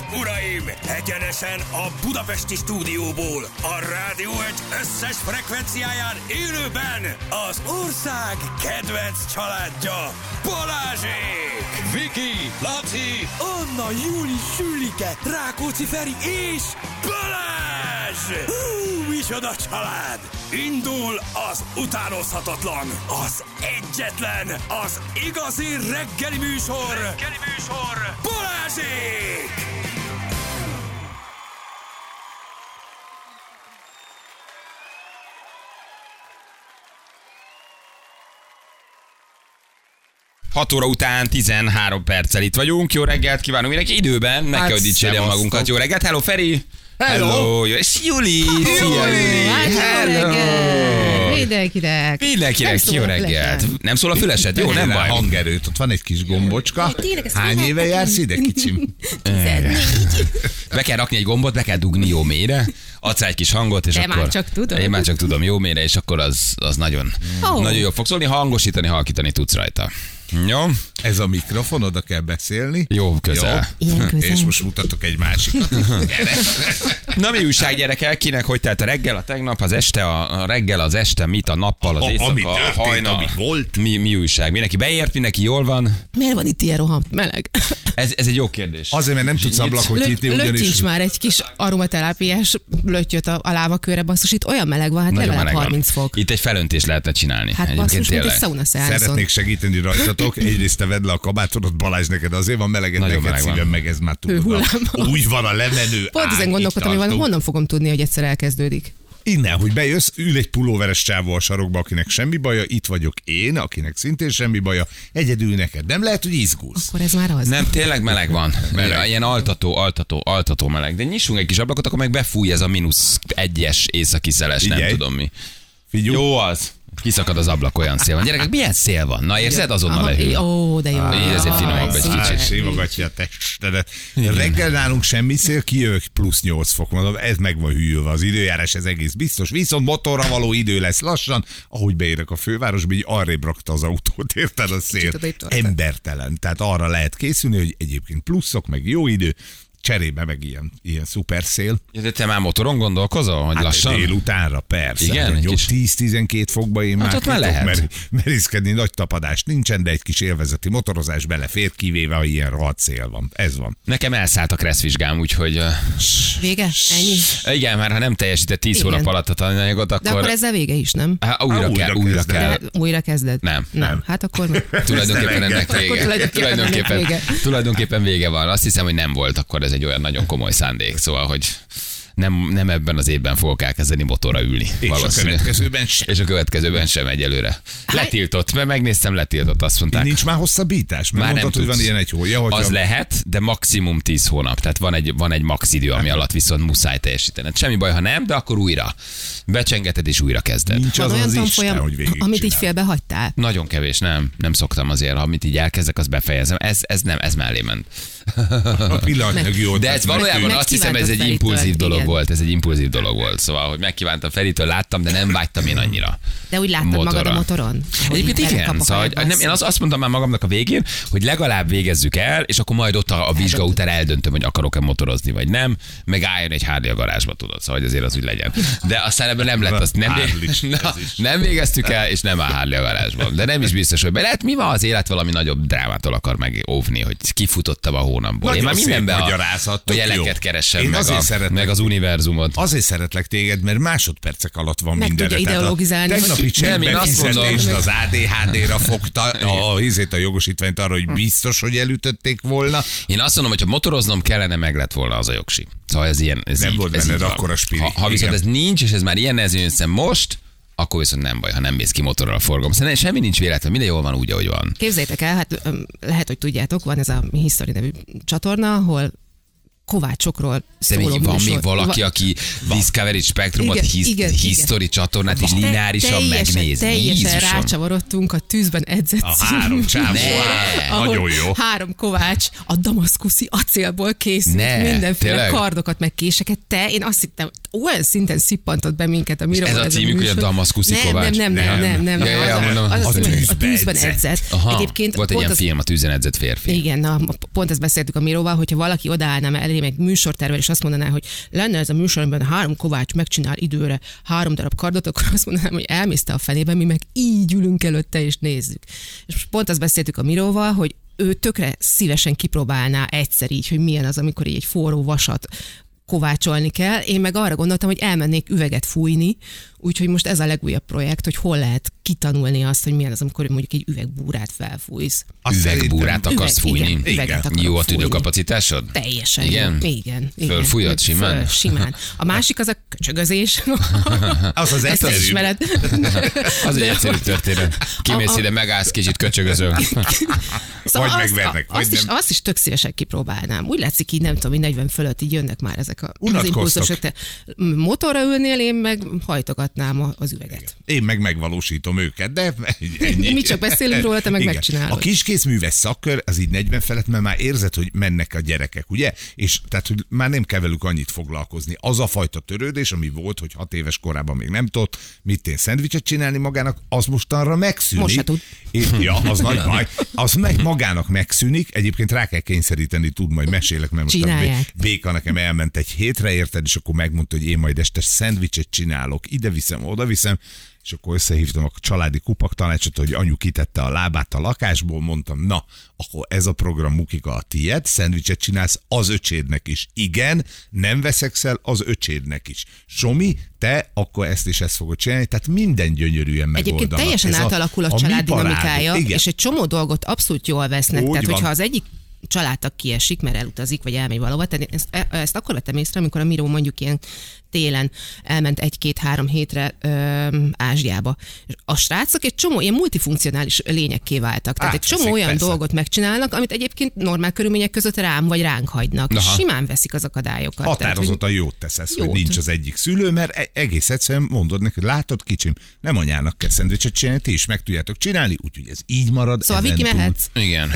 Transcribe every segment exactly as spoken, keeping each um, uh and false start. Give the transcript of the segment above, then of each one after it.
uraim! Egyenesen a budapesti stúdióból, a Rádió egy összes frekvenciáján élőben az ország kedvenc családja, Balázsék! Viki, Laci, Anna, Júli, Sülike, Rákóczi Feri és Balázs! Hú, micsoda család! Indul az utánozhatatlan, az egyetlen, az igazi reggeli műsor, reggeli műsor, Balázsék! hat óra után tizenhárom perccel itt vagyunk. Jó reggelt kívánunk mindenki időben. Meg kell, hogy dicsérjem magunkat. Jó reggelt. Hello, Feri. Hello. Hello. És Juli. Szia, Juli. Hello. Mindenkinek. Mindenkinek. Jó reggelt. Nem szól a fülesed? Jó, nem baj. Hangerőt, ott van egy kis gombocska. Hány éve jársz ide, kicsim? Be kell rakni egy gombot, be kell dugni jó mélyre. Adsz egy kis hangot, és De akkor... már csak tudom. Én már csak tudom jó mélyre, és akkor az, az nagyon, Oh. nagyon jó fog szólni. Hangosítani, halkítani tudsz rajta. Jó? Ez a mikrofon, oda kell beszélni. Jó, közel. Jó. Ilyen közel. És most mutatok egy másikat. Na mi újság, gyerekek? Kinek hogy telt a reggel, a tegnap, az este, a, a reggel, az este, mit a nappal, az A- éjszaka, ami a történt, hajnal. ami volt. Mi, mi újság? Mindenki beért, mindenki jól van? Miért van itt ilyen rohadt meleg? Ez, ez egy jó kérdés. Azért, mert nem tudsz ablakot nyitni, ugyanis... Löttyincs már egy kis aromaterápiás löttyöt a, a lávakőre, basszus, itt olyan meleg van, hát Nagyon legalább meleg van. harminc fok. Itt egy felöntést lehetne csinálni. Hát Egyébként basszus, mint egy tényleg. szauna szeánszon. Szeretnék segíteni rajtatok. Egyrészt te vedd le a kabátodat, Balázs, neked azért van meleged, Nagyon neked meleg van. szívem, meg ez már tudod. Hőhullám. Úgy van a lemenő. Pont ezen ág, gondolkodtam, hogy itt van, tartunk. honnan fogom tudni, hogy egyszer elkezdődik. Innen, hogy bejössz, ül egy pulóveres csávó a sarokba, akinek semmi baja, itt vagyok én, akinek szintén semmi baja, egyedül neked. Nem lehet, hogy izgulsz. Akkor ez már az. Nem, tényleg meleg van. Meleg. Ilyen altató, altató, altató meleg. De nyissunk egy kis ablakot, akkor meg befúj ez a mínusz egyes északi szeles, nem Figyelj. tudom mi. Figyelj. Jó az. Kiszakad az ablak, olyan szél van. Gyerekek, milyen szél van? Na érzed, azonnal lehűl. Ó, de jó. Így ezért finomabb egy Jaj, kicsit. szép. Simogatja a testedet. Reggel nálunk semmi szél, kijövök plusz nyolc fok. Mondom, ez meg van hűlve az időjárás, ez egész biztos. Viszont motorra való idő lesz lassan. Ahogy beérek a fővárosba, így arrébb rakta az autót, érted a szél. Kicsit odébb tartod. Embertelen. Tehát arra lehet készülni, hogy egyébként pluszok, meg jó idő. Cserébe meg ilyen, ilyen szuper szél. Ja, de te már motoron gondolkozol, hogy Hát lassan? délutánra, persze. Igen, Hát, egy jó, kis- tíz-tizenkét fokba én Hát már ott már tudok lehet. mer- merészkedni, nagy tapadás nincsen, de egy kis élvezeti motorozás belefér, kivéve, ha ilyen rohadt szél van. Ez van. Nekem elszállt a kresszvizsgám, úgyhogy... Uh, Vége? Ennyi? igen, már ha nem teljesített tíz Igen. hónap alatt a tananyagot, De akkor... akkor ezzel vége is, nem? Hát, újra, Há, újra kell, újra kezded. kell. De újra kezded? Nem. Nem. Hát akkor mi? Tulajdonképpen Ez ennek nem vége. Akkor tulajdonképpen Tulajdonképpen, ennek vége. tulajdonképpen vége van. Azt hiszem, hogy nem volt akkor ez egy olyan nagyon komoly szándék. Szóval, hogy nem, nem ebben az évben fogok elkezdeni motorra ülni. És a következőben sem. És a következőben sem egyelőre. Letiltott, mert megnéztem, letiltott, azt mondták. Nincs már hosszabbítás? Mert Már nem mondtad, hogy van tudsz. ilyen egy hója, hogy Az lehet, de maximum tíz hónap. Tehát van egy, van egy max idő, ami alatt viszont muszáj teljesítened. Semmi baj, ha nem, de akkor újra. Becsengeted és újra kezded. nincs Van az olyan az Isten, tanfolyam, hogy végig amit így csinál. félbe hagytál. Nagyon kevés, nem. Nem szoktam azért, ha amit így elkezdek, azt befejezem. Ez, ez nem, ez mellé ment. A pillanatnyilag jó. De ez valójában azt hiszem, ez egy Megkívántad impulzív Feritől, dolog igen. volt. Ez egy impulzív dolog volt. Szóval, hogy megkívántam Feritől, láttam, de nem vágytam én annyira. De úgy láttad magad a motoron? Ahogy Egyébként így igen, belekap a szóval, hogy kajádba, nem, én azt, azt mondtam már magamnak a végén, hogy legalább végezzük el, és akkor majd ott a, a vizsga után eldöntöm, hogy akarok-e motorozni, vagy nem, meg álljon egy Harley a garázsba, tudod, szóval hogy azért az úgy legyen. De aztán ebből nem lett, azt nem, Harley, ez na, is. nem végeztük el, és nem áll Harley a garázsban. De nem is biztos, hogy be lehet, mi van az élet valami nagyobb drámától akar megóvni, hogy kifutottam a hónapból. Én Nagyon már szép mindenben a, magyarázat, hogy tök jó. eleket keresem, Én meg, azért a, szeretlek. meg az univerzumot. Azért szeretlek téged, mert másodpercek alatt van Meg mindenre. tudja Tehát a ideologizálni, Tegnapi hogy- Nem, én csekben azt mondom- fizetést az á dé há dé-ra fogta a, a, a, a jogosítványt arra, hogy biztos, hogy elütötték volna. Én azt mondom, hogy ha motoroznom kellene, meg lett volna az a jogsi. Szóval ez ilyen. Ez Nem így, volt ez benned így van. akkora spiri. Ha, ha viszont Igen. ez nincs, és ez már ilyen nehezen jön szem most, akkor viszont nem baj, ha nem mész ki motorral a forgalom. Szerintem semmi nincs véletlen, minden jól van úgy, ahogy van. Képzeljétek el, hát öm, lehet, hogy tudjátok, van ez a History nevű csatorna, ahol kovácsokról De még szóló van műsor. még valaki, Va- aki Discovery Spectrumot, Igen, his, igen, history igen. csatornát is Te- lineárisan teljesen- megnéz. Teljesen Jézusom. rácsavarodtunk a tűzben edzett A három csávó. Ne. ahol Nagyon jó. három kovács a damaszkuszi acélból készült Ne, mindenféle tényleg? kardokat, meg késeket. Te, én azt hittem, olyan szinten szippantott be minket a Miro. Ez a címük, hogy a Damaszkuszi nem, Kovács? Nem, nem, nem, nem. Ja, ja, ja, mondom, az, az, a az, tűzben a tűzben edzett. edzett. Aha, Egyébként volt egy pont ilyen az, film, a tűzen edzett férfi. igen, na, pont ezt beszéltük a Miróval, hogyha valaki odaállna elé meg műsortervel, és azt mondaná, hogy lenne ez a műsor, amiben három Kovács megcsinál időre három darab kardot, akkor azt mondanám, hogy elmészte a fenébe, mi meg így ülünk előtte és nézzük. És most pont azt beszéltük a Miróval, hogy ő tökre szívesen kipróbálná egyszer így, hogy milyen az, amikor így egy forró vasat kovácsolni kell. Én meg arra gondoltam, hogy elmennék üveget fújni, úgyhogy most ez a legújabb projekt, hogy hol lehet kitanulni azt, hogy milyen az, amikor mondjuk egy üvegbúrát felfújsz. Üvegbúrát akarsz Üveg- fújni? igen, üveget akarok Jó a fújni. tüdőkapacitásod? Teljesen. Igen? Jó. Igen. igen. Fölfújod simán? Föl, simán. A másik az a köcsögözés. Az az Ezt is egyszerű. ismered. Az egy egyszerű történet. Kimész A- a- ide, megállsz, kicsit köcsögözöl. Szóval Vagy azt, megvernek, vagy azt, is, nem. azt is tök szívesen kipróbálnám. Úgy látszik, így nem tudom, hogy negyven fölött így jönnek már ezek a az Unatkoztok. impulzusok. Te motorra ülnél, én meg hajtogatnám a- az üveget. Én meg megvalósítom őket, de ennyi. Mi csak beszélünk róla, te meg Igen. megcsinálod. A kiskészműves szakkör az így negyven felett, mert már érzed, hogy mennek a gyerekek, ugye? És tehát, hogy már nem kell velük annyit foglalkozni. Az a fajta törődés, ami volt, hogy hat éves korában még nem tudott, mit én szendvicset csinálni magának, az mostanra megszűnik. Most se tud. És, ja, az nagy baj. Az meg magának megszűnik, egyébként rá kell kényszeríteni, tud, majd mesélek, mert most a Csinálják. Béka nekem elment egy hétre, érted, és akkor megmondta, hogy én majd este szendvicset csinálok, ide viszem, oda viszem, és akkor összehívtam a családi kupak tanácsot, hogy anyu kitette a lábát a lakásból, mondtam, na, akkor ez a program Mukika a tiéd, szendvicset csinálsz az öcsédnek is. Igen, nem veszekszel az öcsédnek is. Somi, te akkor ezt és ezt fogod csinálni, tehát minden gyönyörűen megoldanak. Egyébként teljesen Ez átalakul a, a család mi dinamikája, parádunk. Igen. és egy csomó dolgot abszolút jól vesznek. Úgy Tehát, van. hogyha az egyik családtag kiesik, mert elutazik, vagy elmegy valahova. Tehát ezt, ezt akkor vettem észre, amikor a Miró mondjuk ilyen télen elment egy-két-három hétre ö, Ázsiába. És a srácok egy csomó ilyen multifunkcionális lényekké váltak. Tehát egy Átveszik, csomó olyan persze. dolgot megcsinálnak, amit egyébként normál körülmények között rám vagy ránk hagynak. És Aha. simán veszik az akadályokat. Határozottan jót teszesz, hogy Jót. nincs az egyik szülő, mert e- egész egyszerűen mondod neki, hogy látod kicsim, nem anyának kell szendvicset csinálni, ti is meg tudjátok csinálni, úgyhogy ez így marad. Szóval ezen Viki túl- mehetsz. Igen.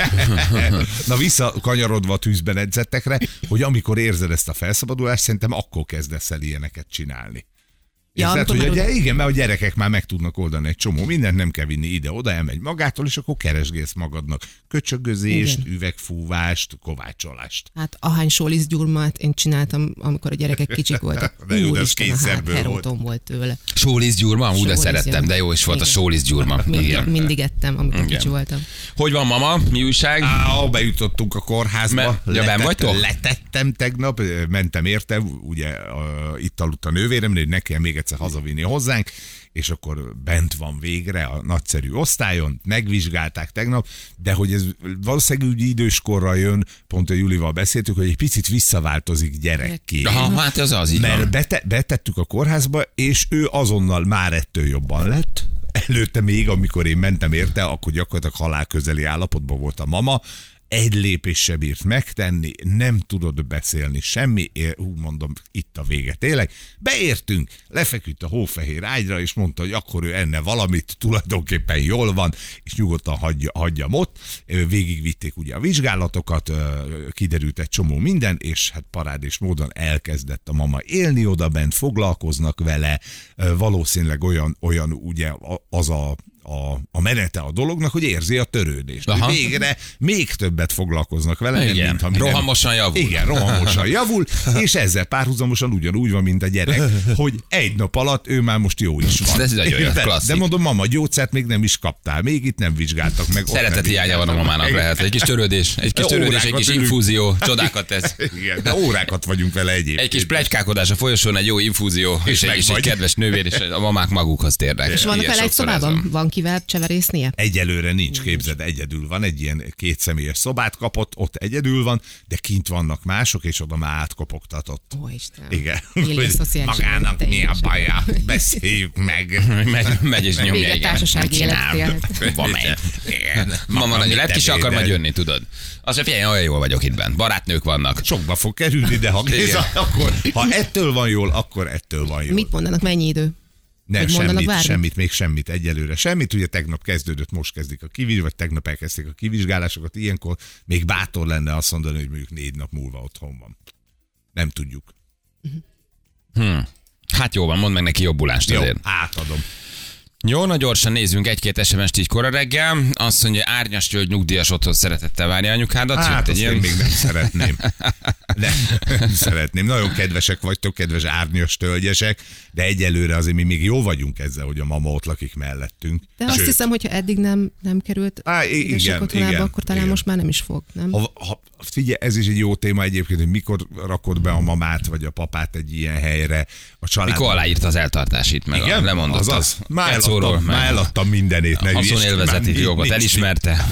Na visszakanyarodva a tűzben edzettekre, hogy amikor érzed ezt a felszabadulást, szerintem akkor kezdesz el ilyeneket csinálni. Ja, Érzed, amikor hogy a már gyere, igen, mert a gyerekek már meg tudnak oldani egy csomó mindent, nem kell vinni ide-oda, elmegy magától, és akkor keresgélsz magadnak köcsögözést, Igen. üvegfúvást, kovácsolást. Hát ahány sóliszgyurmát én csináltam, amikor a gyerekek kicsik voltak. De jó, de az Úristen, a kényszerből heróton volt tőle. Sóliszgyurma, úgy de Sólisz, szerettem, ja. de jó is volt a Igen. sóliszgyurma. Mindig, Igen. mindig ettem, amikor Igen. kicsi voltam. Hogy van, mama? Mi újság? Á, bejutottunk a kórházba. Me- ja, benn vagytok? Letettem tegnap, mentem érte, ugye a, itt aludt a nővérem, hogy ne kell még egyszer hazavinni hozzánk, és akkor bent van végre a nagyszerű osztályon, megvizsgálták tegnap, de hogy ez valószínűleg úgy időskorra jön, pont a Julival beszéltük, hogy egy picit visszaváltozik gyerekké. Aha, hát az az így Mert van. bete, betettük a kórházba, és ő azonnal már ettől jobban lett. Előtte még, amikor én mentem érte, akkor gyakorlatilag halálközeli állapotban volt a mama, egy lépés se bírt megtenni, nem tudod beszélni semmi, é- hú, mondom, itt a vége tényleg. Beértünk, lefeküdt a hófehér ágyra, és mondta, hogy akkor ő enne valamit, tulajdonképpen jól van, és nyugodtan hagyja, hagyjam ott. Végigvitték ugye a vizsgálatokat, kiderült egy csomó minden, és hát parádés módon elkezdett a mama élni oda bent, foglalkoznak vele, valószínűleg olyan, olyan ugye az a A, a menete a dolognak, hogy érzi a törődést. Aha. Végre még többet foglalkoznak vele, nem, Igen. mint ha mi Rohamosan nem... javul. Igen, rohamosan javul, és ezzel párhuzamosan ugyanúgy van, mint a gyerek, hogy egy nap alatt ő már most jó is van. Ez nagyon jó, de, klasszik. de mondom, mama, gyógyszert még nem is kaptál, még itt nem vizsgáltak meg. ott nem Szereteti hiánya van a vizsgáltak mamának meg. lehet. Egy kis törődés, egy kis törődés, egy Órákat kis ülünk. infúzió, csodákat tesz. Igen, de órákat vagyunk vele egyébként. Egy kis pletykákodás a folyosón, egy jó infúzió, és, egy, és egy megvagy. kedves nővér, és a mamák magukhoz térnek. És vannak Ilyen vele egy sokszor ez szobában? van. Van kivel cseverésznie? Egyelőre nincs, képzeld, egyedül van, egy ilyen kétszemélyes szobát kapott, ott egyedül van, de kint vannak mások, és oda már átkopogtatott. Ó, Istenem. Igen. Éli a Hogy szociális magának életet mi a teljesen. baja? Beszéljük meg. Megy, megy és nyomja, Vége igen. társasági Csinál. életet. Van megy. Igen. Mama nagyon lett, ki akar majd jönni, tudod. Azt mondja, figyelj, olyan jól vagyok itt bent. Barátnők vannak. Sokba fog kerülni, de ha kész, Igen. akkor ha ettől van jól, akkor ettől van jól. Mit mondanak, mennyi idő? Nem, Hogy mondanak semmit, bármit? semmit, még semmit egyelőre. Semmit, ugye tegnap kezdődött, most kezdik a kivizsgálásokat, vagy tegnap elkezdték a kivizsgálásokat, ilyenkor még bátor lenne azt mondani, hogy mondjuk négy nap múlva otthon van. Nem tudjuk. Hmm. Hát jó van, mondd meg neki jobbulást Jó, azért. átadom. Jó, na gyorsan nézzünk egy-két es em est így kora reggel. Azt mondja, Árnyas György nyugdíjas otthon szeretettel várja anyukádat. Hát azt ilyen... én még nem szeretném. Nem, nem szeretném. Nagyon kedvesek vagytok, kedves árnyas tölgyesek, de egyelőre azért mi még jó vagyunk ezzel, hogy a mama ott lakik mellettünk. De azt Sőt, hiszem, hogyha eddig nem, nem került Á, i- édesek igen, otthonába, igen, akkor talán igen. most már nem is fog, nem? Ha, ha, figyelj, ez is egy jó téma egyébként, hogy mikor rakod be a mamát vagy a papát egy ilyen helyre. A család... Mikor aláírta az eltartásit, meg Igen? a lemondott. Azaz. Már Egy szóról, eladtam, meg már eladtam mindenét. ne haszonélvezeti hülyeskedj, már jogot nincs- elismerte,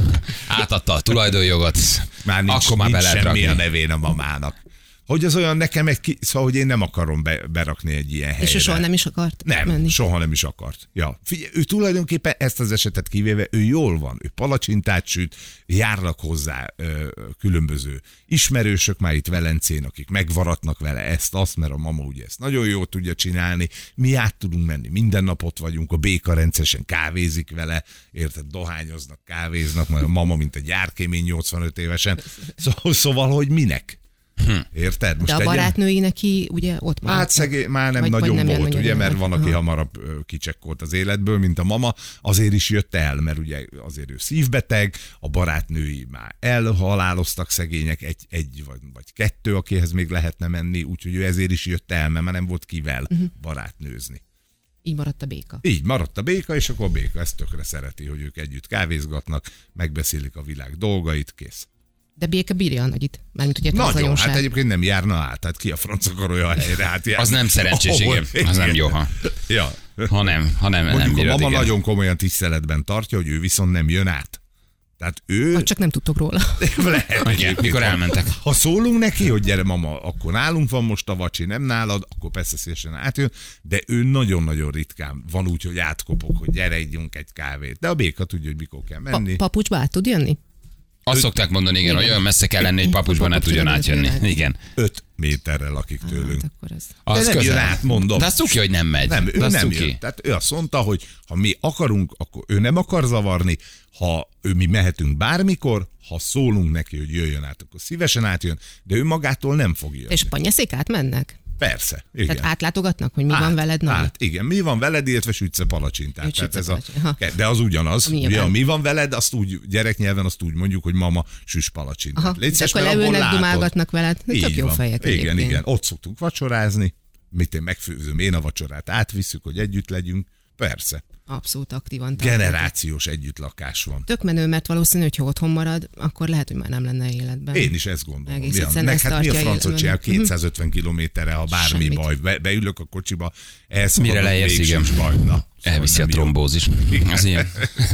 átadta a tulajdonjogot, Már nincs, akkor már nincs be lehet semmi rakni. a nevén a mamának. Hogy az olyan nekem egy ki... Szóval, hogy én nem akarom be, berakni egy ilyen helyre. És ő soha nem is akart Nem, menni. soha nem is akart. Ja. Figyelj, ő tulajdonképpen ezt az esetet kivéve, ő jól van, ő palacsintát süt, járnak hozzá ö, különböző ismerősök már itt Velencén, akik megvaratnak vele ezt, azt, mert a mama ugye ezt nagyon jól tudja csinálni. Mi át tudunk menni, minden nap ott vagyunk, a béka rendszeresen kávézik vele, érted, dohányoznak, kávéznak, majd a mama, mint egy járkémény nyolcvanöt évesen. Szóval, szóval hogy minek? Hm. Érted? Most De a egy- barátnői neki ugye ott már. Hát szegény, már nem Vagy- vagy nagyon nem jön volt, nagyon ugye, mert jön. van, aki Aha. hamarabb ö, kicsekkolt az életből, mint a mama, azért is jött el, mert ugye azért ő szívbeteg, a barátnői már elhaláloztak szegények, egy, egy vagy, vagy kettő, akihez még lehetne menni, úgyhogy ő ezért is jött el, mert már nem volt kivel uh-huh. barátnőzni. Így maradt a béka. Így maradt a béka, és akkor a béka ezt tökre szereti, hogy ők együtt kávézgatnak, megbeszélik a világ dolgait, kész. De béka bírja a nagyit. Mármint ugye Nagyon, tanulság. hát egyébként nem járna át, hát ki a franc akar olyan helyre hát jár. Az nem szerencsés, igen. Az nem jó, ha, Ja. ha nem, ha nem, nem Mondjuk a bírod, mama igen. nagyon komolyan tiszteletben tartja, hogy ő viszont nem jön át. Tehát ő... Vagy csak nem tudtok róla. Lehet, Igen, mikor elmentek. Ha szólunk neki, hogy gyere mama, akkor nálunk van most a vacsi, nem nálad, akkor persze szívesen átjön, de ő nagyon-nagyon ritkán van úgy, hogy átkopok, hogy gyere, ígyunk egy kávét. De a béka tudja, hogy mikor kell Pa- menni. papucsba át tud jönni? Azt szokták mondani, igen, hogy olyan messze kell lenni, hogy papucsban ne tudjon átjönni. Igen. Öt méterre lakik tőlünk. Hát akkor ez. De Az nem jön közel. át, mondom. De azt cuki, hogy nem megy. Nem, ő De azt nem cuki. jön. Tehát ő azt mondta, hogy ha mi akarunk, akkor ő nem akar zavarni, ha ő mi mehetünk bármikor, ha szólunk neki, hogy jöjjön át, akkor szívesen átjön, de ő magától nem fog jönni. És panyaszék átmennek? Persze, igen. Tehát átlátogatnak, hogy mi van veled, Nani? át, igen, mi van veled, illetve sütsz palacsintát. Ő Tehát sütsz ez a a, palacsintát. de az ugyanaz. Nyilván. Ugye, a mi van veled, azt úgy, gyereknyelven azt úgy mondjuk, hogy mama süss palacsintát. Aha, Légy és szíves, akkor mert abból leülnek, látod. dumálgatnak veled. Így Tök jó van. fejek Igen, egyébként. igen. Ott szoktunk vacsorázni, mit én megfőzöm én a vacsorát, átvisszük, hogy együtt legyünk. Persze. Abszolút aktívan. tartják. Generációs együttlakás van. Tök menő, mert valószínű, hogy ha otthon marad, akkor lehet, hogy már nem lenne életben. Én is ezt gondolom. Egész Ja, egyszerűen meg ezt hát mi a tartja francot életben. csinál kétszázötven kilométerre, ha bármi Semmit. baj. Be, beülök a kocsiba, Mire elszakadok, leérsz, még igen. sincs baj. Na, szóval Elviszi a nem jó. trombózis. Az ilyen.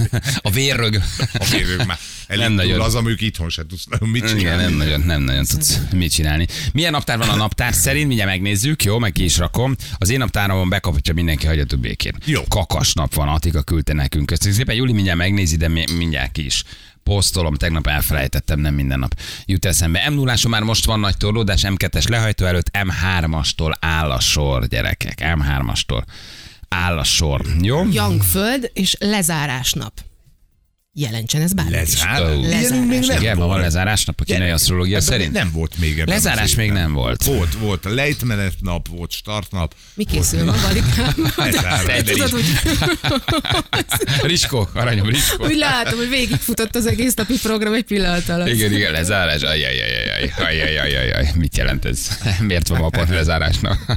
A vérrög. A vérők már Nem elindul nagyon. az, amelyik itthon se tudsz nagyon mit csinálni. Igen, nem nagyon, nem nagyon tudsz mit csinálni. Milyen naptár van a naptár szerint? Mindjárt megnézzük, jó, meg ki is rakom. Az én naptáromon bekaphatja mindenki, hagyjatok békén. Jó. Kakas nap van, Attika küldte nekünk. Köszönjük szépen, Juli mindjárt megnézi, de mi- mindjárt ki is posztolom, tegnap elfelejtettem, nem minden nap jut eszembe. em nulláson már most van nagy torlódás, em kettes lehajtó előtt, em hármastól áll a sor, gyerekek, em hármastól áll a sor. Jó? Jangföld és lezárásnap. Jelentsen ez bármit is. Lezár? Ó. Ilyenünk még nem Igen, ma van volt. lezárásnap a kínai asztrológia Ebben szerint? Nem volt még ebben Lezárás az még évben. nem volt. Volt, volt lejtmenetnap, volt startnap. Mi készül ma, Valikám? Lezárás. Tudod, hogy Riskó, aranyom, Riskó. úgy látom, hogy végigfutott az egész napi program egy pillanat alatt. Igen, igen, lezárás. Ajjajajajaj, ajjajajajaj. Mit jelent ez? Miért van ma pont lezárásnak?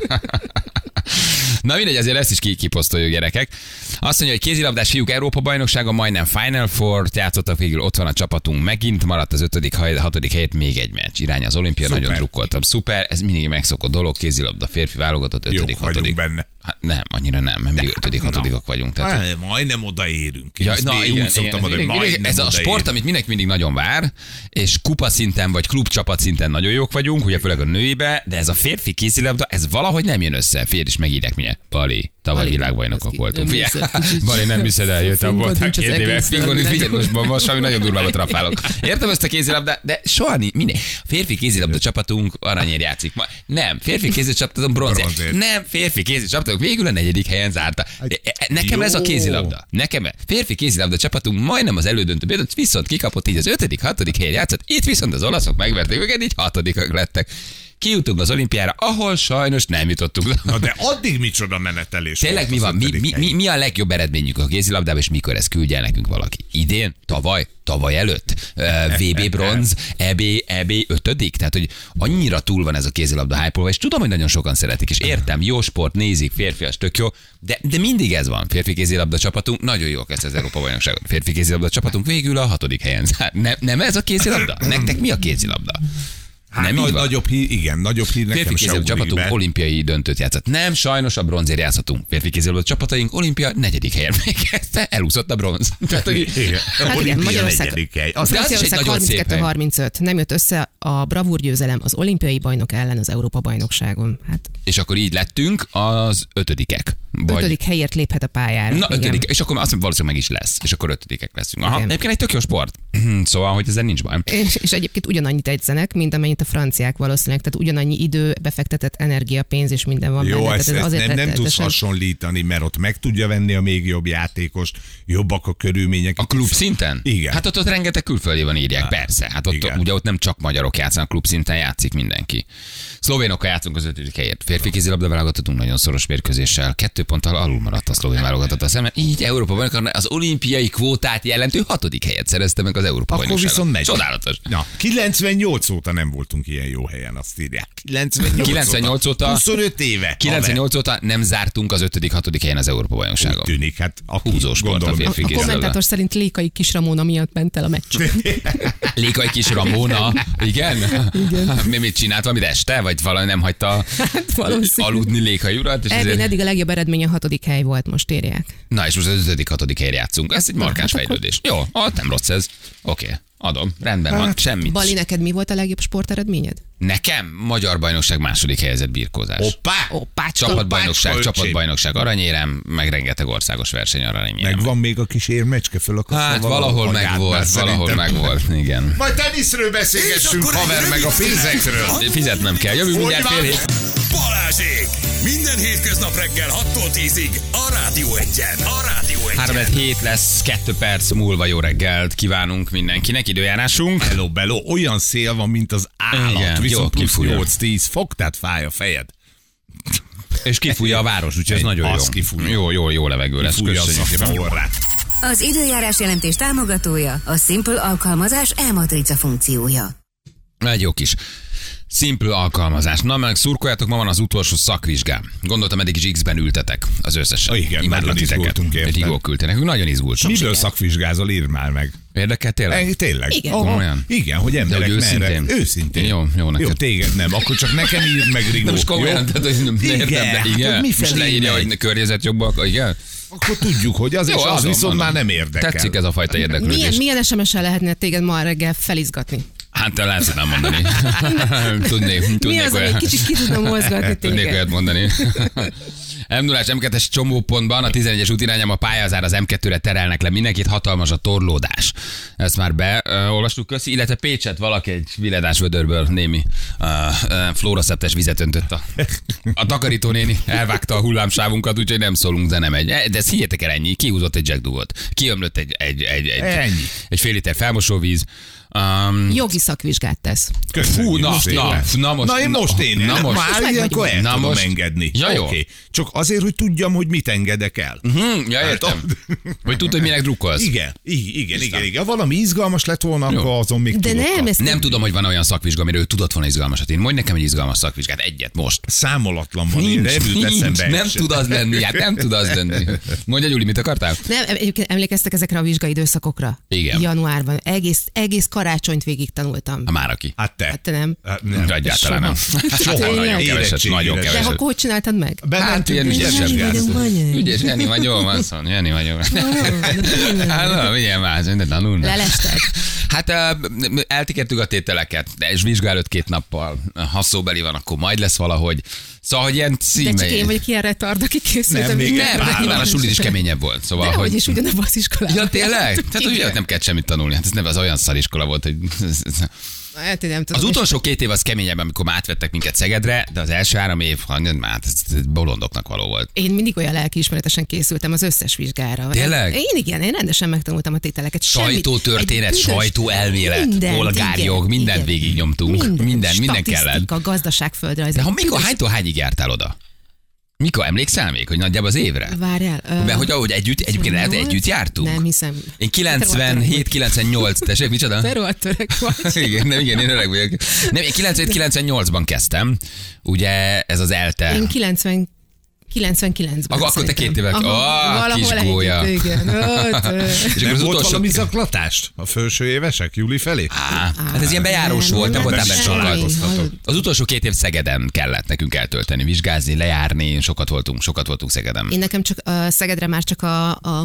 Na mindegy, azért ezt is kiposztoljuk, gyerekek. Azt mondja, hogy kézilabdás fiúk Európa-bajnoksága, majdnem Final Four-t játszottak, végül ott van a csapatunk megint, maradt az ötödik, hatodik helyet, még egy meccs. Irány az olimpia, Szuper. nagyon drukkoltam. Szuper, ez mindig megszokott dolog, kézilabda férfi válogatott, Jók ötödik, vagyunk hatodik. benne. Hát nem, annyira nem, mert mindig ötödik, hatodikak vagyunk. Tehát, Hát, majdnem odaérünk. Ja, Ezt na, én igen, úgy szoktam igen, mondani, igen, majdnem ez a sport, odaérünk. amit mindenki mindig nagyon vár, és kupa szinten vagy klubcsapat szinten nagyon jók vagyunk, ugye főleg a nőibe, de ez a férfi kézilabda, ez valahogy nem jön össze. Fér is megírják milyen. Bali, tavaly Bali, világbajnokok ez ki- voltunk. nem Figyelj, viszed kicsit. Bali nem viszed el, jöttem Fingod voltak nincs az két éve. egészről, Fingod, nem figyelj, tudom. most, most valami nagyon durvába trafálok. Értem ezt a kézilabdát, de soha nincs. Minden. Férfi kézilabda csapatunk aranyért játszik. Ma, nem, férfi kézilabda csapatunk bronzért. Bronzért. Nem, férfi kézilabda csapatunk végül a negyedik helyen zárta. Nekem ez a jó. kézilabda. Nekem férfi kézilabda csapatunk majdnem az elődöntőbe jutott, viszont kikapott így az ötödik, hatodik helyen játszott. Itt viszont az olaszok megverték őket, így hatodikak lettek. kijutunk az olimpiára, ahol sajnos nem jutottunk. Na de addig micsoda menetelés. Tényleg mi van? Mi, mi, mi, mi a legjobb eredményünk a kézilabdában, és mikor ezt küldje el nekünk valaki? Idén? Tavaly? Tavaly előtt? vé bé bronz? é bé, é bé ötödik? Tehát, hogy annyira túl van ez a kézilabda hype-olva, és tudom, hogy nagyon sokan szeretik, és értem, jó sport, nézik, férfias, tök jó, de, de mindig ez van. Férfi kézilabda csapatunk, nagyon jó kezdte az Európa-bajnokságot. Férfi kézilabda csapatunk végül a hatodik helyen. Nem, nem ez a kézilabda? Nektek mi a kézilabda? Hát nem nagy, így van. nagyobb hír, igen, nagyobb hír nekem Férfi se kézilabda ugrik csapatunk be. olimpiai döntőt játszott. Nem, sajnos a bronzért játszhatunk. Férfi kézilabda csapataink olimpia negyedik helyen végezte, elúszott a bronz. Tehát, hogy Igen, Hát igen, Olimpia Magyarország- negyedik hely. Az De az is egy Franciaország nagyon szép harminckettő hely. harmincöt. Nem jött össze a bravúrgyőzelem az olimpiai bajnok ellen az Európa-bajnokságon. Hát és akkor így lettünk az ötödikek. Vagy... ötödik helyért léphet a pályára. Na, igen. ötödik, és akkor azt mondom, valószínűleg meg is lesz, és akkor ötödikek leszünk. Aha, Igen. egyébként egy tök jó sport. Szóval, hogy ezzel nincs baj. És, és egyébként ugyanannyit edzenek, mint amennyit a franciák valószínűleg, tehát ugyanannyi idő, befektetett energia, pénz és minden van Jó, benne. ezt, Tehát ezt nem, nem tudsz rettenetesen- hasonlítani, mert ott meg tudja venni a még jobb játékost, jobbak a körülmények. A klub szinten? Igen. Hát ott, ott rengeteg külföldi van, írják, persze. Hát ott, Igen. ugye ott nem csak magyarok játszanak, klub szinten játszik mindenki. Szlovénokkal játszunk az ötödik helyért. Férfi kézilabda válogatottunk nagyon szoros mérkőzéssel. Kettő ponttal alul maradt a szlovén válogatott a szemben. Így Európa bajnokságon az olimpiai kvótát jelentő hatodik helyet szerezte meg az Európa Akkor bajnokságon. viszont megy. Csodálatos. Na, kilencvennyolc óta nem voltunk ilyen jó helyen, azt írják. kilencvennyolc, kilencvennyolc óta- huszonöt éve. kilencvennyolc óta nem zártunk az ötödik hatodik helyen az Európa bajnokságon. Úgy tűnik, hát aki Húzós sport a gondolom, férfi A kézilabda. kommentátor szerint Lékai Kis Ramona miatt ment el a meccs. Lékai kis Ramona, igen? igen. Mi mit csinált, valamit este, vagy valami nem hagyta Hát valószínű. aludni Lékai urat? És Ebben ezért... eddig a legjobb eredmény a hatodik hely volt, most írják. Na és most az ötödik, hatodik helyre játszunk. Ez egy markáns hát akkor- fejlődés. Jó, ah, nem rossz ez. Oké, okay, adom, rendben van, Hát, semmit. Bali, neked mi volt a legjobb sporteredményed? Nekem Magyar Bajnokság második helyezett birkózás. Hoppá! Hoppácska. Csapatbajnokság, Hoppácska, csapatbajnokság aranyérem, meg rengeteg országos verseny aranyérem. Megvan még a kis érmecske föl a Hát valahol megvolt, valahol megvolt, igen. Majd teniszről beszélgessünk, haver, meg a pénzekről. Fizetnem kell, jövő mindjárt fél hét. Balázsék! Minden hétköznap reggel hattól tízig a Rádió Egyen. A Rádió Egyen. három hét lesz, kettő perc múlva jó reggelt kívánunk mindenkinek, időjárásunk. Hello, bello, olyan szél van, mint az állat, Igen, jó, viszont plusz kifújja. nyolc-tíz fok, tehát fáj a fejed. És kifújja a város, úgyhogy ez Egy nagyon jó. az kifújja. Jó, jó, jó levegő lesz. Fújja Köszönjük a szépen. forrát. Az időjárás jelentés támogatója a Simple alkalmazás e-matrica funkciója. Egy jó kis Simple alkalmazás. Na meg szurkoljátok, ma van az utolsó szakvizsgám. Gondoltam, eddig is X-ben ültetek az összesen. Ah, igen, nagyon izgultunk, érted. Rigó küldte nekünk, nagyon izgultam. Miből szakvizsgázol, írd már meg. Érdekel tényleg? E, tényleg? Igen. Aha, Komolyan? igen, hogy emberek hogy merre. őszintén? Őszintén. Jó, jó neked. Jó, téged nem. Akkor csak nekem írd meg, Rigó. Nem is komolyan, jó? tehát, hogy nem Igen, értem, de hát, igen. hogy Most mifelé leírja, megy? hogy környezetjobbak, igen? Akkor tudjuk, hogy az, Jó, és az azon viszont mondom. már nem érdekel. Tetszik ez a fajta Milyen, érdeklődés. milyen es em es-el lehetne téged ma reggel felizgatni? Hát te lehet tudnám mondani. Tudnék, Mi tudnék az, ami olyan. egy kicsit ki tudna mozgatni Tudnék téged? olyat mondani. em nullás, em kettes csomópontban a tizenegyes útirányám a pályázár az em kettőre terelnek le mindenkit, hatalmas a torlódás. Ezt már beolvastuk, köszi, illetve Pécset valaki egy viledás vödörből némi uh, uh, flóraszeptes vizet öntött a, a takarító néni, elvágta a hullámsávunkat, úgyhogy nem szólunk, de nem egy. De ezt higgyetek el, ennyi, kihúzott egy Jack Duggot, kiömlött egy, egy, egy, egy, Ennyi. egy fél liter felmosóvíz. Um, Jogi szakvizsgát tesz. Köszönjük Hú, na, szépen. na, na most- na én na- most én. na Na most- már Most ilyenkor el Na tudom most- engedni. Ja, jó. Oké. Csak azért, hogy tudjam, hogy mit engedek el. hm, ja, értem. Hogy tudod, hogy minek drukkolsz. Igen, igen, igen, igen, igen. Ha valami izgalmas lett volna, akkor azon még De tudok nem, kapni. ezt Nem tudom, hogy van olyan szakvizsga, amiről tudod volna izgalmasat. Én mondj nekem egy izgalmas szakvizsgát, egyet most. Számolatlan van, én evült eszembe egy nem sem. tud az lenni, hát nem tud az lenni. Mondja, Gyuri, mit akartál? Nem, egyébként emlékeztek ezekre a vizsgai időszakokra? Igen. Januárban. Egész, egész karácsonyt végig tanultam. Ha már aki. Hát te. Hát te nem. Hát nem. Egyáltalán nem. Soha. Soha, nagyon Tényleg? keveset, Érettségi nagyon lesz. De keveset. akkor hogy csináltad meg? Bementünk ilyen ügyes ügyes vagyok. gázba. Ügyes, Jani vagy, jól van szó, Jani vagy, jól. Hát, na, vigyél már, minden tanulni. Lelested. Hát uh, eltikertük a tételeket, de és vizsga előtt két nappal. Ha szóbeli van, akkor majd lesz valahogy. Szóval, hogy ilyen De csak címe. én vagyok ilyen retard, aki készültem. Nem, még mindenre. Nem, nyilván a sulit is keményebb volt. Szóval, De hogy hogy... is ugyanabban az iskolában. Ja, tényleg? voltunk, Tehát úgy igen. nem kellett semmit tanulni. Hát ez nem az olyan szariskola volt, hogy... Hát én nem tudom. Az utolsó két év az keményebb, amikor már átvettek minket Szegedre, de az első három év, hát ez bolondoknak való volt. Én mindig olyan lelkiismeretesen készültem az összes vizsgára. Tényleg? Én igen, én rendesen megtanultam a tételeket. Semmit- Sajtótörténet, egy büdös- sajtóelmélet, mindent, polgárjog, igen, mindent igen. végignyomtunk. Minden, minden, minden kellett. Statisztika, gazdaságföldrajz. De ha mikor, hánytól hányig jártál oda? Mikor emlékszel még, hogy nagyjából az évre? Várjál. ö, Mert hogy ahogy együtt, egyébként lehet, hogy együtt jártunk? Nem hiszem. Én kilencvenhét kilencvennyolc, tessék, micsoda? Te rohadt öreg vagy. Igen, nem, igen, én öreg vagyok. Nem, én kilencvenhét kilencvennyolcban kezdtem, ugye ez az ELTE. Én kilencven kilencvenkilencben. Akkor, akkor te két évvel. Aha, Ah, kis valahol gólya. együtt, igen. Ott, ö. És akkor Nem az volt utolsó... valami zaklatást a felső évesek júli felé? Á, hát ez ilyen bejárós nem, volt, nem nem, voltál nem, benne semmi. sokat. Hallod. Az utolsó két év Szegeden kellett nekünk eltölteni, vizsgázni, lejárni, sokat voltunk, sokat voltunk Szegeden. Én nekem csak uh, Szegedre már csak a, a,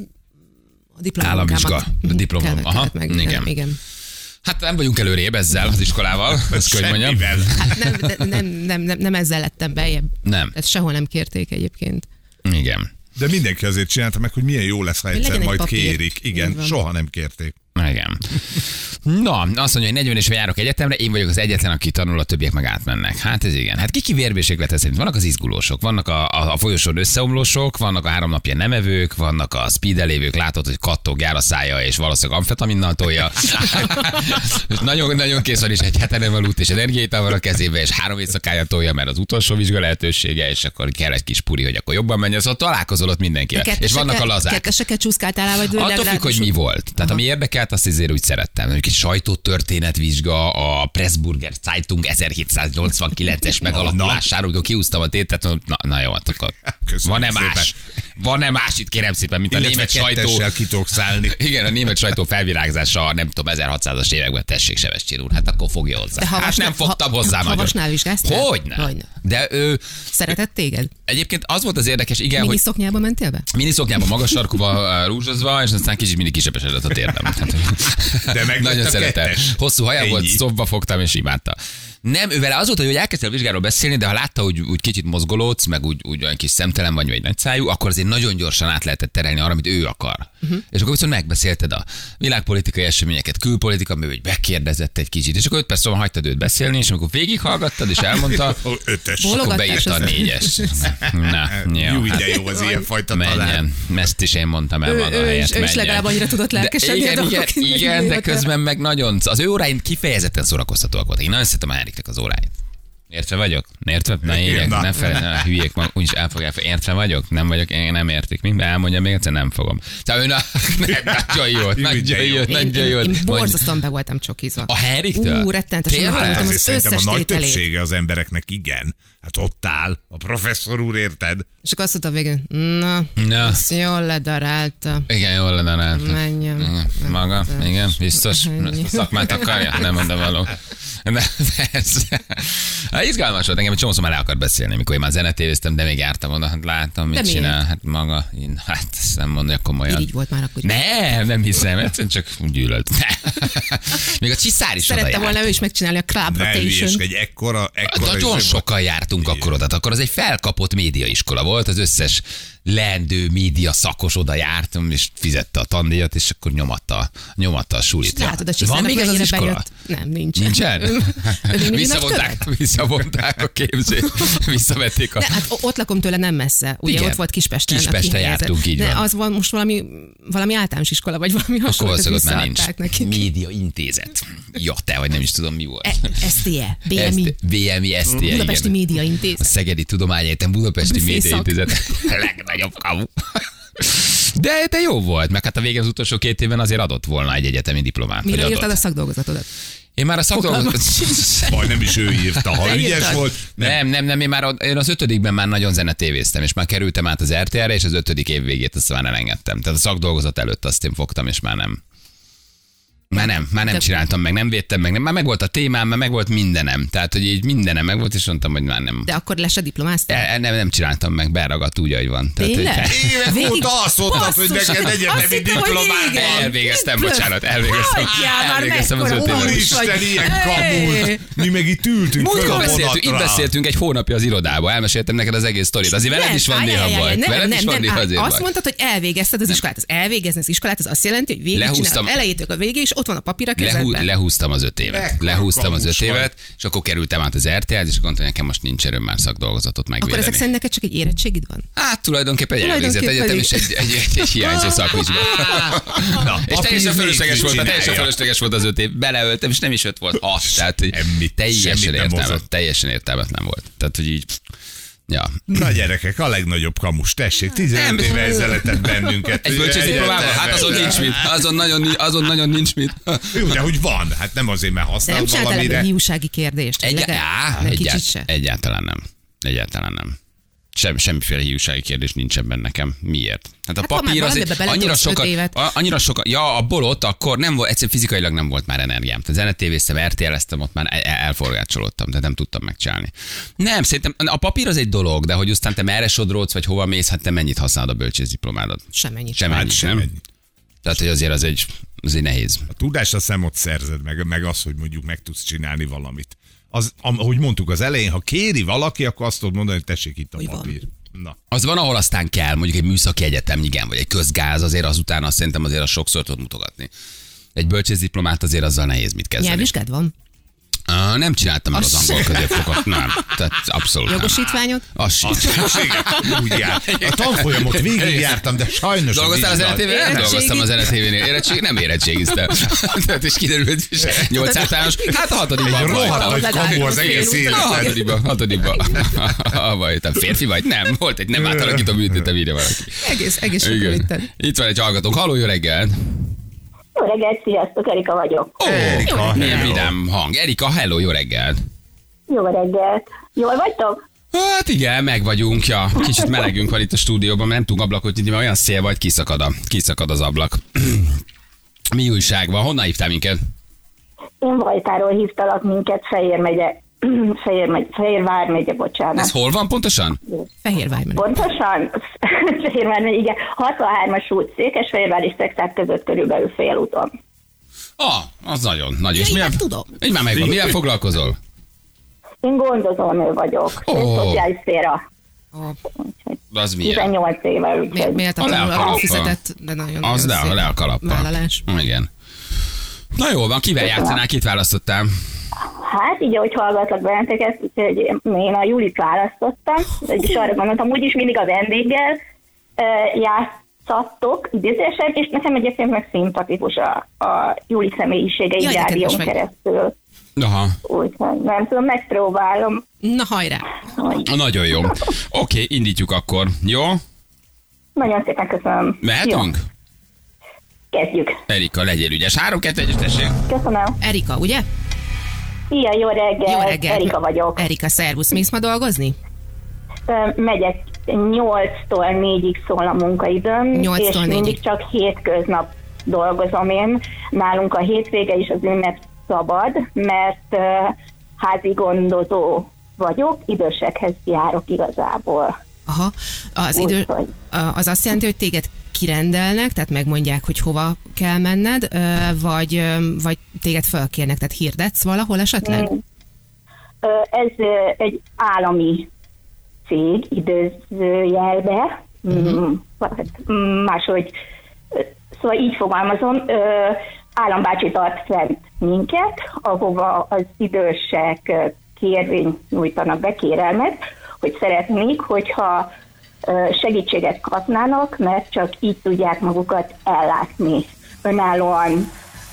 a Államvizsga, diplomunkámat a diplomom, kellett- aha, kellett meg, igen. igen. Hát nem vagyunk előrébb ezzel az iskolával, ezt kell, hogy mondjam. Semmivel. Hát nem, de nem, nem, nem, nem ezzel lettem bejebb. Nem. Tehát sehol nem kérték egyébként. Igen. De mindenki azért csinálta meg, hogy milyen jó lesz, ha Hogy egyszer legyen egy majd papír. kérik. Így Igen, van. soha nem kérték. Igen. Na, azt mondja, hogy negyven éve járok egyetemre, én vagyok az egyetlen, aki tanul, a többiek meg átmennek. Hát ez igen. Hát kiki vérbőséglete szerint vannak az izgulósok, vannak a, a, a folyosón összeomlósok, vannak a három napja nem evők, vannak a speedelévők, látod, hogy kattog, jár a szája, és valószínűleg amfetaminnal tolja. És nagyon, nagyon kész van, és egy hete nem aludt, és energiát van a kezébe, és három éjszakája tolja, mert az utolsó vizsga lehetősége, és akkor kell egy kis puri, hogy akkor jobban menjen. Szóval találkozol ott mindenkivel. És vannak a lazák. Ketteseket csúszkáltál el, vagy Attól legalább- függ, hogy mi volt. Tehát Aha. ami érdekelt, azt azért úgy szerettem. Mondjuk egy sajtótörténetvizsga, a Pressburger Zeitung ezerhétszáznyolcvankilences megalakulásáról, amikor kiúztam a tétet, mondom, na, na jó, hát akkor Köszönöm van-e szépen. más? Van-e más itt, kérem szépen, mint a Illetve német sajtó? kettessel ki tudok szállni. Igen, a német sajtó felvirágzása, nem tudom, ezerhatszázas években, tessék, Sebestyén úr, hát akkor fogja hozzá. De Hát Havasnál- nem fogtam ha- hozzá nagyon. Havasnál vizsgáztál? Hogyne. Hogyne. De ő, Szeretett téged? egyébként az volt az érdekes, igen, hogy Miniszoknyába mentél be? miniszoknyában, magas sarkúba rúzsozva, és aztán kicsit mindig kisebesedett a térdem. De meg Nagyon lett a szeretem. kettes. Hosszú haja Ennyi. volt, szobba fogtam, és imádta. Nem, ővel az volt, hogy elkezdtél a vizsgáról beszélni, de ha látta, hogy úgy kicsit mozgolódsz, meg úgy, úgy olyan kis szemtelen vagy, vagy nagyszájú, akkor azért nagyon gyorsan át lehetett terelni arra, amit ő akar. Uh-huh. És akkor viszont megbeszélted a világpolitikai eseményeket, külpolitika, mert hogy megkérdezett egy kicsit. És akkor öt perc szóval hagytad őt beszélni, és amikor végighallgattad, és elmondta, Ó, Ötös. Bologatás akkor beírta a az- négyes. Na, jó, Jó, hát de jó az ilyenfajta talán. menjen. Ezt is én mondtam el Ő- maga ő helyett, is- ő is menjen. legalább annyira tudott De lelkesedni a igen, igen, dolgok igen, de miatt. közben meg nagyon, az ő óráin kifejezetten szórakoztatóak voltak. Én nagyon szeretem a Henriknek az óráit. Értve vagyok? Értve? Na írják, Na. ne felejtsd, hülyék mag, úgyis el fogják. Értve vagyok? Nem vagyok, én nem értik. Minden elmondja még egyszer, nem fogom. Tehát ő na, nem, nagyon jó, nagyon jó, Én, nagyon jó. én, én Mondj- borzasztóan be voltam csokizva. A Henriktől? Ú, rettenetesen Tényleg? megtanultam Azért az szerintem a összes nagy tételét. többsége az embereknek igen. Hát ott áll, a professzor úr, érted? És akkor azt mondta a végén, na, Na. ezt jól ledarálta. Igen, jól lenne rá. Menjem. Igen, maga, igen, biztos. Ennyi. Ezt a szakmát akarja? Nem mondom való. De persze. Hát izgalmas volt, engem egy csomószor már le akart beszélni, mikor én már zenetévéztem, de még jártam oda, hát láttam, mit De miért? csinál. Hát maga, én, hát ezt nem mondja komolyan. Így volt már akkor. Nem, nem hiszem, egyszerűen csak gyűlölt. Még a csiszár is oda Szerette járt. volna ő is megcsinálni a club Ne rotation. hülyeskedj, ekkora, ekkora... Nagyon izé- sokan jártunk akkor oda, tehát akkor az egy felkapott médiaiskola volt, az összes leendő média szakos oda jártam, és fizette a tandíjat, és akkor nyomatta, nyomatta a sulit. Látod, a Van Csiszának még ez az mennyire iskola? bejött? Nem, nincs. Nincsen? Ő még mindig Visszavonták, visszavonták a képzést, visszavették a... Ne, hát o- ott lakom tőle nem messze. Ugye Igen. ott volt Kispesten. Kispesten a kihelyezett. jártunk, így De van. az van most valami, valami általános iskola, vagy valami Akkor hasonló. valószínűleg ott már nincs. Neki. Média intézet. Ja, te vagy nem is tudom mi volt. E- es té e, bé em i, B M I, S T E, Budapesti igen. Média A Intézet. Szegedi Tudományegyetem Budapesti Büfészak. Média Intézet. Legnagyobb kamu. De, de jó volt, meg hát a végén az utolsó két évben azért adott volna egy egyetemi diplomát. Mire vagy írtad a adott. szakdolgozatodat? Én már a szakdolgozat... Vagy nem is ő írta, ha Te ügyes írtad? volt. Nem, nem, nem, én már a- én az ötödikben már nagyon zenetévéztem, és már kerültem át az er té er-re, és az ötödik év végét azt már elengedtem. Tehát a szakdolgozat előtt azt én fogtam, és már nem. Már nem, már nem csináltam meg, nem védtem meg, nem, már meg volt a témám, már meg volt mindenem. Tehát, hogy így mindenem meg volt, és mondtam, hogy már nem. De akkor le se diplomáztál? E, nem, nem csináltam meg, beragadt úgy, ahogy van. Tehát, Tényleg? hogy Évek Végig- óta azt mondtad, hogy Basszus, neked azt egyetemi hittem, hogy diplomát igen. van. elvégeztem, Mit bocsánat, elvégeztem. Hagyjál már Elvégeztem az mekkora öt évet. óris vagy. Úristen, ilyen Hey! kamut. Mi meg itt ültünk föl Múltkor a beszéltünk, itt vonatra. beszéltünk egy hónapja az irodába, elmeséltem neked az egész sztorit. Azért veled is van Várjál, néha várjál, baj. nem, Veled nem, is van nem, néha nem. azért Azt baj. mondtad, hogy elvégezted az iskolát. Az elvégezni az iskolát, az azt jelenti, hogy Lehúztam. végigcsinálod elejétől a végéig, és ott van a papír a Lehú, kezedben. lehúztam az öt évet. Ekkora Lehúztam az öt kamus vagy. évet, és akkor kerültem át az er té el-t, és akkor mondtam, hogy nekem most nincs erőm már szakdolgozatot Akkor megvédeni. ezek szerint neked csak egy érettségid van? Hát tulajdonképpen egy elvégzett Tulajdonképpen egyetem és egy, egy, egy, egy hiányzó szakvizsga. Na, És papír teljesen fölösleges nélkül volt, teljesen csinálja. fölösleges volt az öt év. Beleöltem, és nem is öt volt, hat. Tehát, hogy Semmit, teljesen semmit nem értelmet, hozott. teljesen értelmetlen volt. Tehát, hogy így, ja. Na gyerekek, a legnagyobb kamus, tessék, tizenöt Nem. éve ezelőttet bennünket. Egy bölcsész diplomával? Hát azon nincs mit. Azon nagyon, ni- azon nagyon nincs mit. Jó, de hogy van, hát nem azért, mert De nem használod csináltál valamire. ebből hiúsági kérdést? Egy, legalább? á, Nem, egyált, kicsit se. egyáltalán nem. Egyáltalán nem. Sem, semmiféle hiúsági kérdés nincs ebben nekem. Miért? Hát a Hát, ha már papír valamibe azért beletolsz annyira öt sokat, évet. a- annyira sokat, ja, abból ott akkor nem volt, egyszerűen fizikailag nem volt már energiám. Tehát zenetévésztem, er té el-eztem, ott már el- elforgácsolódtam, tehát nem tudtam megcsinálni. Nem, szerintem a papír az egy dolog, de hogy aztán te merre sodródsz, vagy hova mész, hát te mennyit használod a bölcsész diplomádat? Semennyit. Semmennyit, Hát nem? semmennyit. Tehát, hogy azért az egy, az egy nehéz. A tudás a szemot szerzed, meg, meg az, hogy mondjuk meg tudsz csinálni valamit. Az, ahogy mondtuk az elején, ha kéri valaki, akkor azt tudod mondani, hogy tessék itt a Hogy van. papír. Na. Az van, ahol aztán kell, mondjuk egy műszaki egyetem, igen, vagy egy közgáz, azért azután azt szerintem azért azt sokszor tud mutogatni. Egy bölcsész diplomát azért azzal nehéz mit kezdeni. Nyelvvizsgád van? Uh, nem csináltam meg az Az angol se. középfokot, nem. Tehát abszolút nem. Jogosítványod? Az sincs. Igen, úgy jár. A tanfolyamot végigjártam, de sajnos Dolgoztál az vizsga- en té vé-nél? Nem Érettségi? dolgoztam az en té vé-nél. Érettség, nem érettségiztem. Tehát és kiderült, hogy nyolc általános. Hát a hatodikban Egy rohadt voltam. nagy kamu az egész A életed. hatodikban, hatodikban. Abba jöttem. Férfi vagy? Nem. Volt egy nem átalakító műtétem, írja valaki. Egész, egész sokkal Igen. vitted. Itt van egy hallgatónk. Halló, jó reggelt! Jó reggelt, sziasztok, Erika vagyok. Ó, Erika, milyen hello. vidám hang. Erika, hello, jó reggelt! Jó reggelt. Jól vagytok? Hát igen, meg vagyunk, ja. Kicsit melegünk van itt a stúdióban, mert nem tudunk ablakot nyitni, mert olyan szél vagy, kiszakad, a, kiszakad az ablak. Mi újság van? Honnan hívtál minket? Én Vajtáról hívtalak minket, Fejér megye, Fejér megy, Fehérvár megye, bocsánat. Ez hol van pontosan? Fehérvár menő. Pontosan? Fehérvár megye, igen. hatvanhármas út, Székesfehérvár és Szexárd között körülbelül félúton. Ah, az nagyon, nagy. És én milyen, meg tudom. így már megvan. Mivel foglalkozol? Én gondozónő vagyok, Ó. oh. szociális szféra. Ó, Úgyhogy Az milyen? tizennyolc éve, mi- úgyhogy Méltatlanul A lealkalappa. fizetett, de nagyon Az nagyon le, szép le a kalappal. vállalás. Igen. Na jó van, kivel játszanál, kit választottál? hát így, ahogy hallgatlak benneteket, úgyhogy én a Julit választottam, vagyis arra gondoltam, úgyis mindig a vendéggel e, játszattok idézősen, és nekem egyébként meg szimpatikus a, a Juli személyisége így Jaj, de rádión kedves vagy. keresztül. Aha, Úgyhogy nem tudom, megpróbálom. Na hajrá! Hogy nagyon jó. Oké, indítjuk akkor. Jó? nagyon szépen köszönöm. Mehetünk? Jó, kezdjük. Erika, legyél ügyes. három kettő egy tessék. Köszönöm. Erika, ugye? Szia, jó reggel. Jó reggelt. Erika vagyok. Erika, szervusz. Mész ma dolgozni? Ö, Megyek nyolctól négyig szól a munkaidőm, nyolctól és mindig négyig. csak hétköznap dolgozom én. Nálunk a hétvége és az ünnep szabad, mert uh, házi gondozó vagyok, idősekhez járok igazából. Aha. Az, idő, Úgyhogy. az azt jelenti, hogy téged kirendelnek, tehát megmondják, hogy hova kell menned, ö, vagy, ö, vagy téged felkérnek, tehát hirdetsz valahol esetleg? Mm. Ö, Ez ö, egy állami cég, idézőjelbe, uh-huh. máshogy, ö, szóval így fogalmazom, ö, állambácsi tart fent minket, ahova az idősek ö, kérvényt nyújtanak be, kérelmet, hogy szeretnék, hogyha ö, segítséget kapnának, mert csak így tudják magukat ellátni. Önállóan,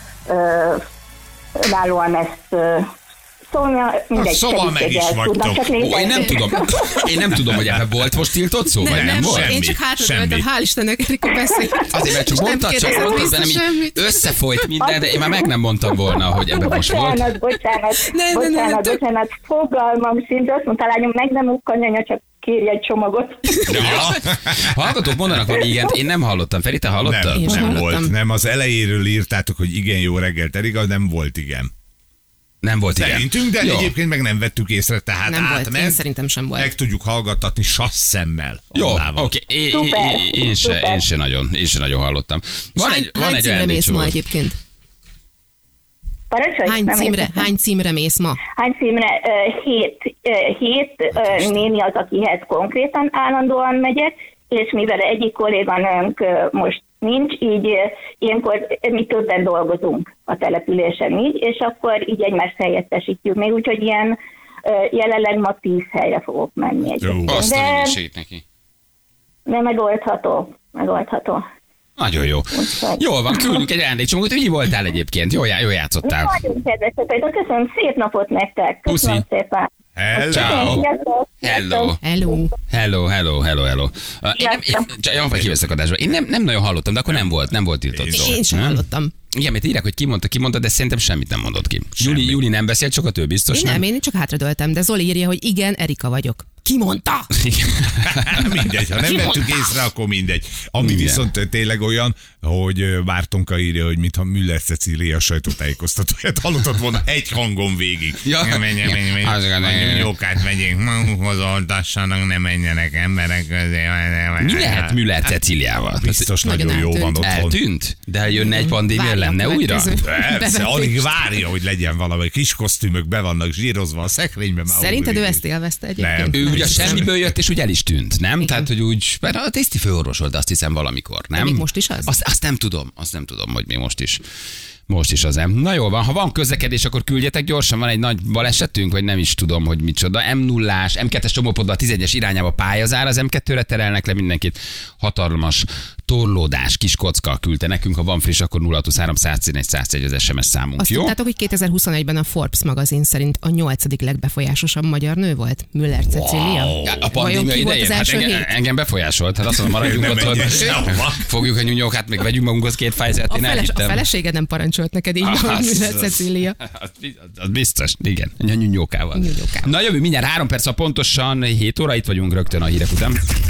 ö, önállóan ezt ö, Szóval mindegy, Szóval meg is segítséggel tudnak vagytok. csak Ó, én nem létezni. tudom. Én nem tudom, hogy ebben volt most tiltott szó, vagy nem volt? semmi, Én csak hátra semmi. döltem, hál' Istennek, Erika beszél. Azért, mert csak Nem mondtad, csak kérdezem mondtad, de vissza nem így semmit. összefolyt minden, de én már meg nem mondtam volna, hogy ebben most volt. Bocsánat, bocsánat, Ne, ne, ne, bocsánat, tök- bocsánat, fogalmam szinte, azt mondta a lányom, meg nem ukkanj, anya, csak kérj egy csomagot. Ja. Hallgatók mondanak valami igent, én nem hallottam. Feri, te hallottad? Én Nem, sem nem hallottam. volt. Nem, az elejéről írtátok, hogy igen, jó reggelt, Erika, nem volt igen. Nem volt igen. Szerintünk, de Jó. egyébként meg nem vettük észre, tehát Nem volt, átment, én szerintem sem volt. meg tudjuk hallgattatni sassz szemmel. Jó, Allával. oké. Én, Szuper, én, én, se, szuper. én se nagyon, én se nagyon hallottam. Van hány, egy, van hány egy címre mész ajándékcsomag. ma egyébként? Parancsolj, Hány nem címre, értettem. hány címre mész ma? Hány címre? Ö, Hét, ö, hét ö, néni az, akihez konkrétan állandóan megyek, és mivel egyik kolléganőnk ö, most nincs, így ö, ilyenkor mi többen dolgozunk a településen így, és akkor így egymást helyettesítjük még, úgyhogy ilyen ö, jelenleg ma tíz helyre fogok menni egyébként. Azt a De, minőségét neki. de megoldható, megoldható. Nagyon jó. Úgyhogy- Jól van, küldünk egy ajándékcsomagot. Így voltál egyébként. Jól, já- jól játszottál. Nagyon kedvesek vagytok, köszönöm, szép napot nektek. Köszönöm Puszi. szépen. Hello. Ciao. Sziasztok. Hello. Hello. Hello, hello, hello, hello. Uh, én nem, én, csak jól vagy kiveszek adásba. Én nem, nem nagyon hallottam, de akkor nem volt, nem volt tiltott szó. Én sem Nem? hallottam. Igen, mert írják, hogy ki mondta, ki mondta, de szerintem semmit nem mondott ki. Júli, Júli nem beszélt sokat, ő biztos, Én nem? nem, én csak hátradőltem, de Zoli írja, hogy igen, Erika vagyok. Ki mondta? Mindegy, ha nem vettük észre, akkor mindegy. Ami Igen. viszont tényleg olyan, hogy ö, Mártonka írja, hogy mintha Müller Cecília sajtótájékoztatóját hallottad volna egy hangon végig. Ja. Menj, menj, menj, Az igaz, menj, igen. jókát megyünk magunkhoz, oltassanak, ne menjenek emberek közé. Mi lehet Müller Ceciliával? Biztos Nagyon nagyon, jó van eltűnt. otthon. Eltűnt? De jönne egy pandémia, Várja a lenne újra? következő. Persze, Bevetés. alig várja, hogy legyen valami. Kis kosztümök be vannak zsírozva a szekrénybe. Már Szerinted ő úr, ezt élvezte egyébként? Ő ugye a Biztos. semmiből jött, és úgy el is tűnt, nem? Igen. Tehát, hogy úgy, mert a tiszti főorvos volt, azt hiszem valamikor, nem? még most is az? Azt, azt nem tudom, azt nem tudom, hogy még most is. Most is az em. Na jól van, ha van közlekedés, akkor küldjetek gyorsan, van egy nagy balesetünk, vagy nem is tudom, hogy micsoda. em nullás, em kettes csomópontban a tizenegyes irányába pályazár, az em kettőre terelnek le mindenkit. Hatalmas torlódás, kis kocka küldte nekünk, ha van friss, akkor nulla huszonhárom száztizenegy százegy az es em es számunk, Azt jó? tudtátok, hogy kétezer-huszonegyben a Forbes magazin szerint a nyolcadik legbefolyásosabb magyar nő volt? Müller Cecília? Ja, a Vajon pandémia ki volt idején, az hát első engem, hét? engem befolyásolt. Hát azt mondom, maradjunk Nem otthon, menjen sehova. fogjuk a nyúnyókát, még vegyünk magunkhoz két Pfizer-t, A, én feles, a elhittem. feleséged nem parancsolt neked így, Ah, hogy az- Müller az- Cecília. Az, az biztos, igen. A nyúnyókával. Nyúnyókával. Na jövő mindjárt három perc, a pontosan hét óra, itt vagyunk rögtön a hírek után.